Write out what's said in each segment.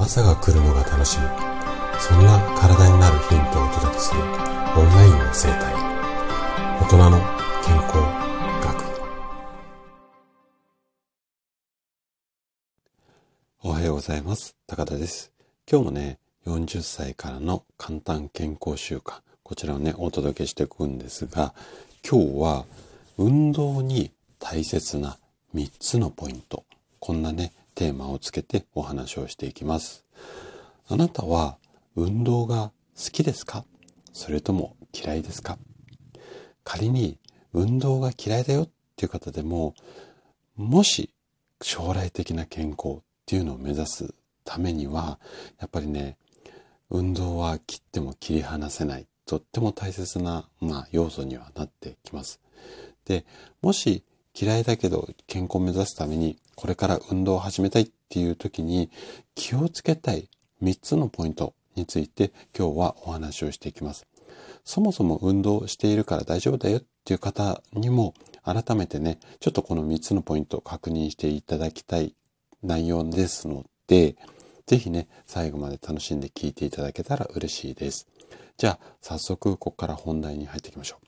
朝が来るのが楽しみ、そんな体になるヒントをお届けするオンラインの生態、大人の健康学。おはようございます。高田です。今日もね、40歳からの簡単健康習慣、こちらをねお届けしていくんですが、今日は運動に大切な3つのポイント、こんなねテーマをつけてお話をしていきます。あなたは運動が好きですか？それとも嫌いですか？仮に運動が嫌いだよっていう方でも、もし将来的な健康っていうのを目指すためには、やっぱりね、運動は切っても切り離せない、とっても大切な、要素にはなってきます。で、もし嫌いだけど健康を目指すためにこれから運動を始めたいっていう時に気をつけたい3つのポイントについて今日はお話をしていきます。そもそも運動しているから大丈夫だよっていう方にも改めてね、ちょっとこの3つのポイントを確認していただきたい内容ですので、ぜひね、最後まで楽しんで聞いていただけたら嬉しいです。じゃあ早速ここから本題に入っていきましょう。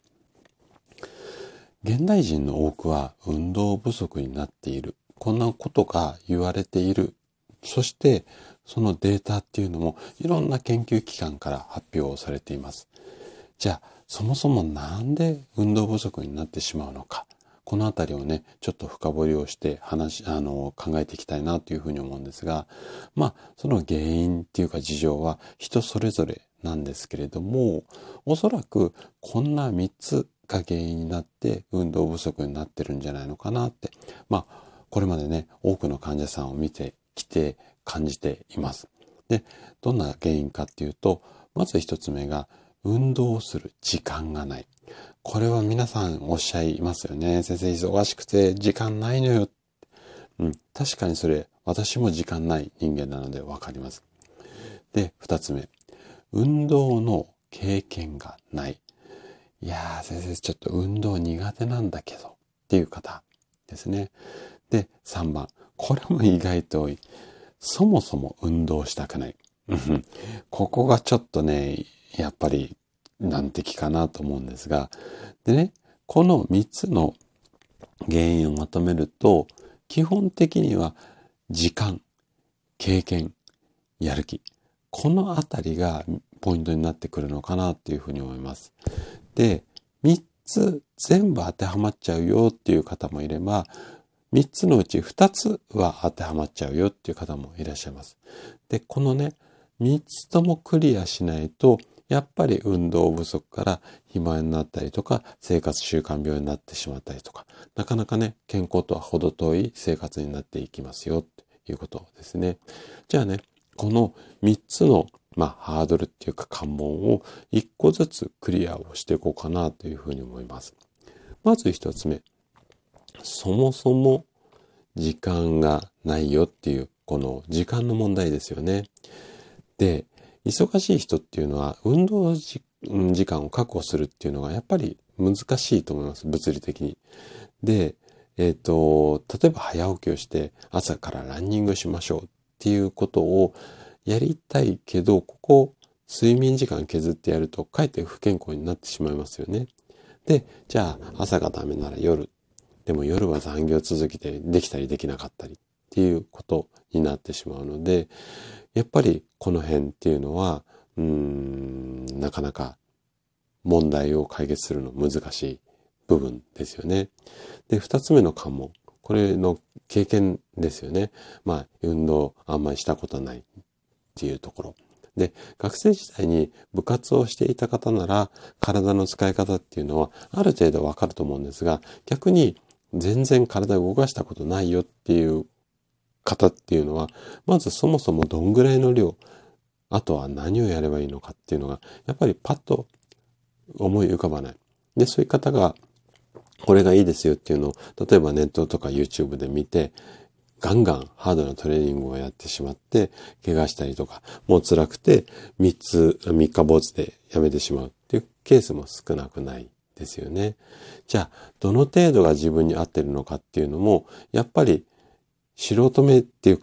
現代人の多くは運動不足になっている。こんなことが言われている。そしてそのデータっていうのもいろんな研究機関から発表されています。じゃあそもそもなんで運動不足になってしまうのか。このあたりをね、ちょっと深掘りをして考えていきたいなというふうに思うんですが、その原因っていうか事情は人それぞれなんですけれども、おそらくこんな3つが原因になって運動不足になってるんじゃないのかなって、これまでね多くの患者さんを見てきて感じています。で、どんな原因かっていうと、まず一つ目が運動をする時間がない。これは皆さんおっしゃいますよね。先生忙しくて時間ないのよ。確かにそれ私も時間ない人間なのでわかります。で、二つ目、運動の経験がない。いやー先生ちょっと運動苦手なんだけどっていう方ですね。で、3番、これも意外と多い。そもそも運動したくない。ここがちょっとね、やっぱり難敵かなと思うんですが、でね、この3つの原因をまとめると、基本的には時間、経験、やる気、このあたりがポイントになってくるのかなっていうふうに思います。で、3つ全部当てはまっちゃうよっていう方もいれば、3つのうち2つは当てはまっちゃうよっていう方もいらっしゃいます。で、このね、3つともクリアしないと、やっぱり運動不足から肥満になったりとか、生活習慣病になってしまったりとか、なかなかね、健康とは程遠い生活になっていきますよっていうことですね。じゃあね、この3つのハードルっていうか関門を1個ずつクリアをしていこうかなというふうに思います。まず1つ目。そもそも時間がないよっていう、この時間の問題ですよね。で、忙しい人っていうのは運動時間を確保するっていうのがやっぱり難しいと思います。物理的に。で、例えば早起きをして朝からランニングしましょうっていうことをやりたいけど、ここ睡眠時間削ってやるとかえって不健康になってしまいますよね。で、じゃあ朝がダメなら夜。でも夜は残業続きでできたりできなかったりっていうことになってしまうので、やっぱりこの辺っていうのは、なかなか問題を解決するの難しい部分ですよね。で、二つ目の関門。これの経験ですよね。運動あんまりしたことないっていうところ。で、学生時代に部活をしていた方なら、体の使い方っていうのはある程度わかると思うんですが、逆に全然体を動かしたことないよっていう方っていうのは、まずそもそもどんぐらいの量、あとは何をやればいいのかっていうのが、やっぱりパッと思い浮かばない。で、そういう方が、これがいいですよっていうのを、例えばネットとか YouTube で見て、ガンガンハードなトレーニングをやってしまって、怪我したりとか、もう辛くて三日坊主でやめてしまうっていうケースも少なくないですよね。じゃあ、どの程度が自分に合ってるのかっていうのも、やっぱり素人目っていうか、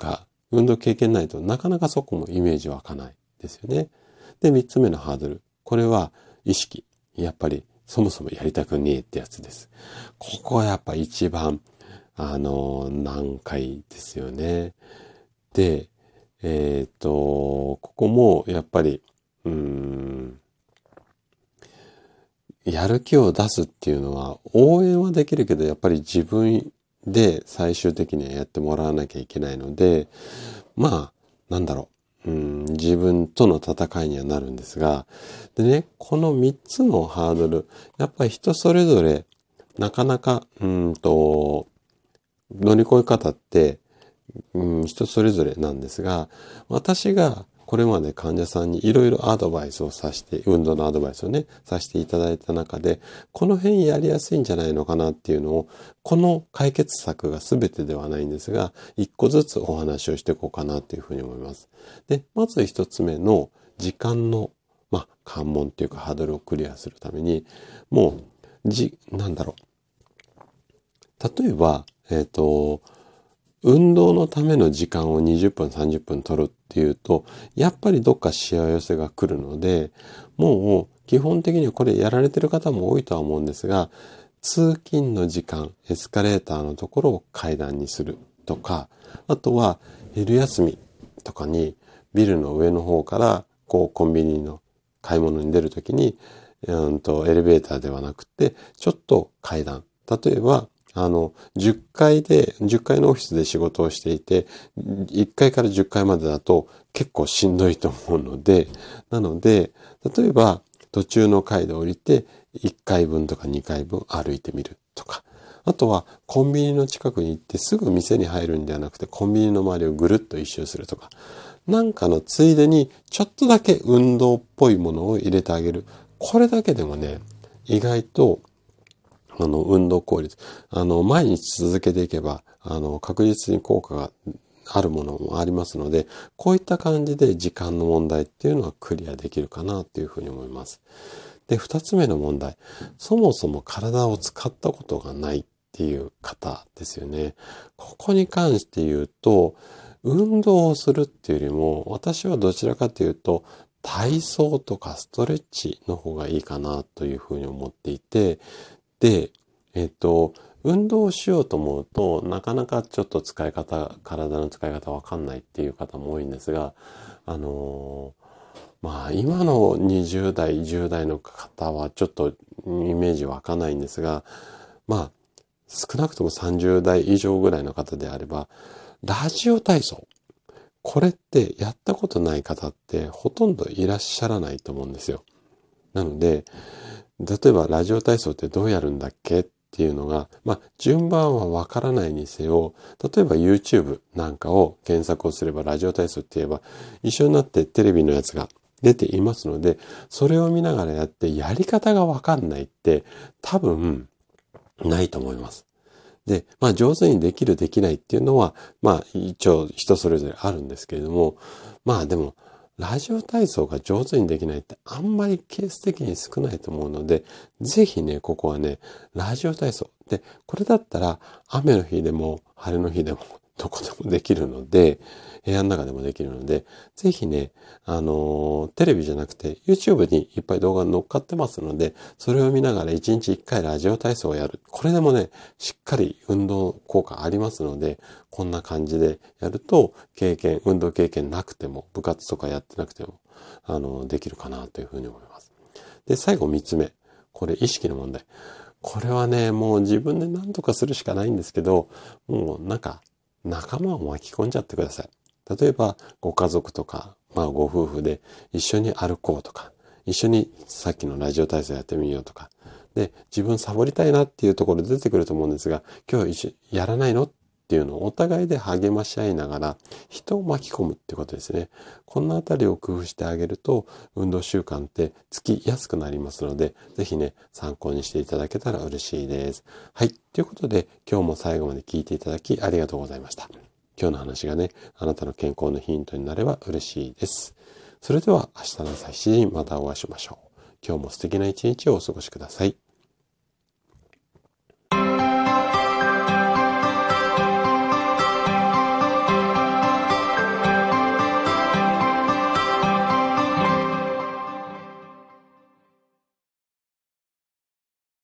運動経験ないとなかなかそこもイメージ湧かないですよね。で、3つ目のハードル。これは意識。やっぱりそもそもやりたくねえってやつです。ここはやっぱ一番、難解ですよね。で、ここもやっぱり、やる気を出すっていうのは応援はできるけど、やっぱり自分で最終的にはやってもらわなきゃいけないので、自分との戦いにはなるんですが、でね、この3つのハードル、やっぱり人それぞれなかなか、乗り越え方って、人それぞれなんですが、私がこれまで患者さんにいろいろアドバイスを運動のアドバイスをね、させていただいた中で、この辺やりやすいんじゃないのかなっていうのを、この解決策が全てではないんですが、一個ずつお話をしていこうかなというふうに思います。で、まず一つ目の時間の、関門っていうかハードルをクリアするために、もう、例えば、運動のための時間を20分、30分取るっていうと、やっぱりどっかしわ寄せが来るので、もう基本的にはこれやられてる方も多いとは思うんですが、通勤の時間、エスカレーターのところを階段にするとか、あとは昼休みとかにビルの上の方からコンビニの買い物に出るときに、エレベーターではなくて、ちょっと階段。例えば、10階のオフィスで仕事をしていて、1階から10階までだと結構しんどいと思うので、なので、例えば途中の階で降りて1階分とか2階分歩いてみるとか、あとはコンビニの近くに行ってすぐ店に入るんではなくてコンビニの周りをぐるっと一周するとか、なんかのついでにちょっとだけ運動っぽいものを入れてあげる。これだけでもね、意外と運動効率。毎日続けていけば、確実に効果があるものもありますので、こういった感じで時間の問題っていうのはクリアできるかなというふうに思います。で、二つ目の問題。そもそも体を使ったことがないっていう方ですよね。ここに関して言うと、運動をするっていうよりも、私はどちらかというと、体操とかストレッチの方がいいかなというふうに思っていて、で、運動をしようと思うと、なかなかちょっと体の使い方わかんないっていう方も多いんですが、今の20代、10代の方はちょっとイメージ湧かないんですが、少なくとも30代以上ぐらいの方であれば、ラジオ体操。これってやったことない方ってほとんどいらっしゃらないと思うんですよ。なので、例えばラジオ体操ってどうやるんだっけっていうのが、順番はわからないにせよ、例えば YouTube なんかを検索をすればラジオ体操って言えば一緒になってテレビのやつが出ていますので、それを見ながらやってやり方がわかんないって多分ないと思います。で、上手にできるできないっていうのは、一応人それぞれあるんですけれども、でも、ラジオ体操が上手にできないってあんまりケース的に少ないと思うので、ぜひね、ここはね、ラジオ体操。で、これだったら雨の日でも晴れの日でもどこでもできるので、部屋の中でもできるので、ぜひね、テレビじゃなくて YouTube にいっぱい動画乗っかってますので、それを見ながら1日1回ラジオ体操をやる。これでもね、しっかり運動効果ありますので、こんな感じでやると、運動経験なくても、部活とかやってなくても、できるかなというふうに思います。で、最後3つ目。これ意識の問題。これはね、もう自分で何とかするしかないんですけど、もう仲間を巻き込んじゃってください。例えば、ご家族とか、ご夫婦で一緒に歩こうとか、一緒にさっきのラジオ体操やってみようとか、で、自分サボりたいなっていうところ出てくると思うんですが、今日一緒やらないのっていうのをお互いで励まし合いながら、人を巻き込むってことですね。こんなあたりを工夫してあげると、運動習慣ってつきやすくなりますので、ぜひね、参考にしていただけたら嬉しいです。はい。ということで、今日も最後まで聞いていただきありがとうございました。今日の話がね、あなたの健康のヒントになれば嬉しいです。それでは明日の朝7時にまたお会いしましょう。今日も素敵な一日をお過ごしください。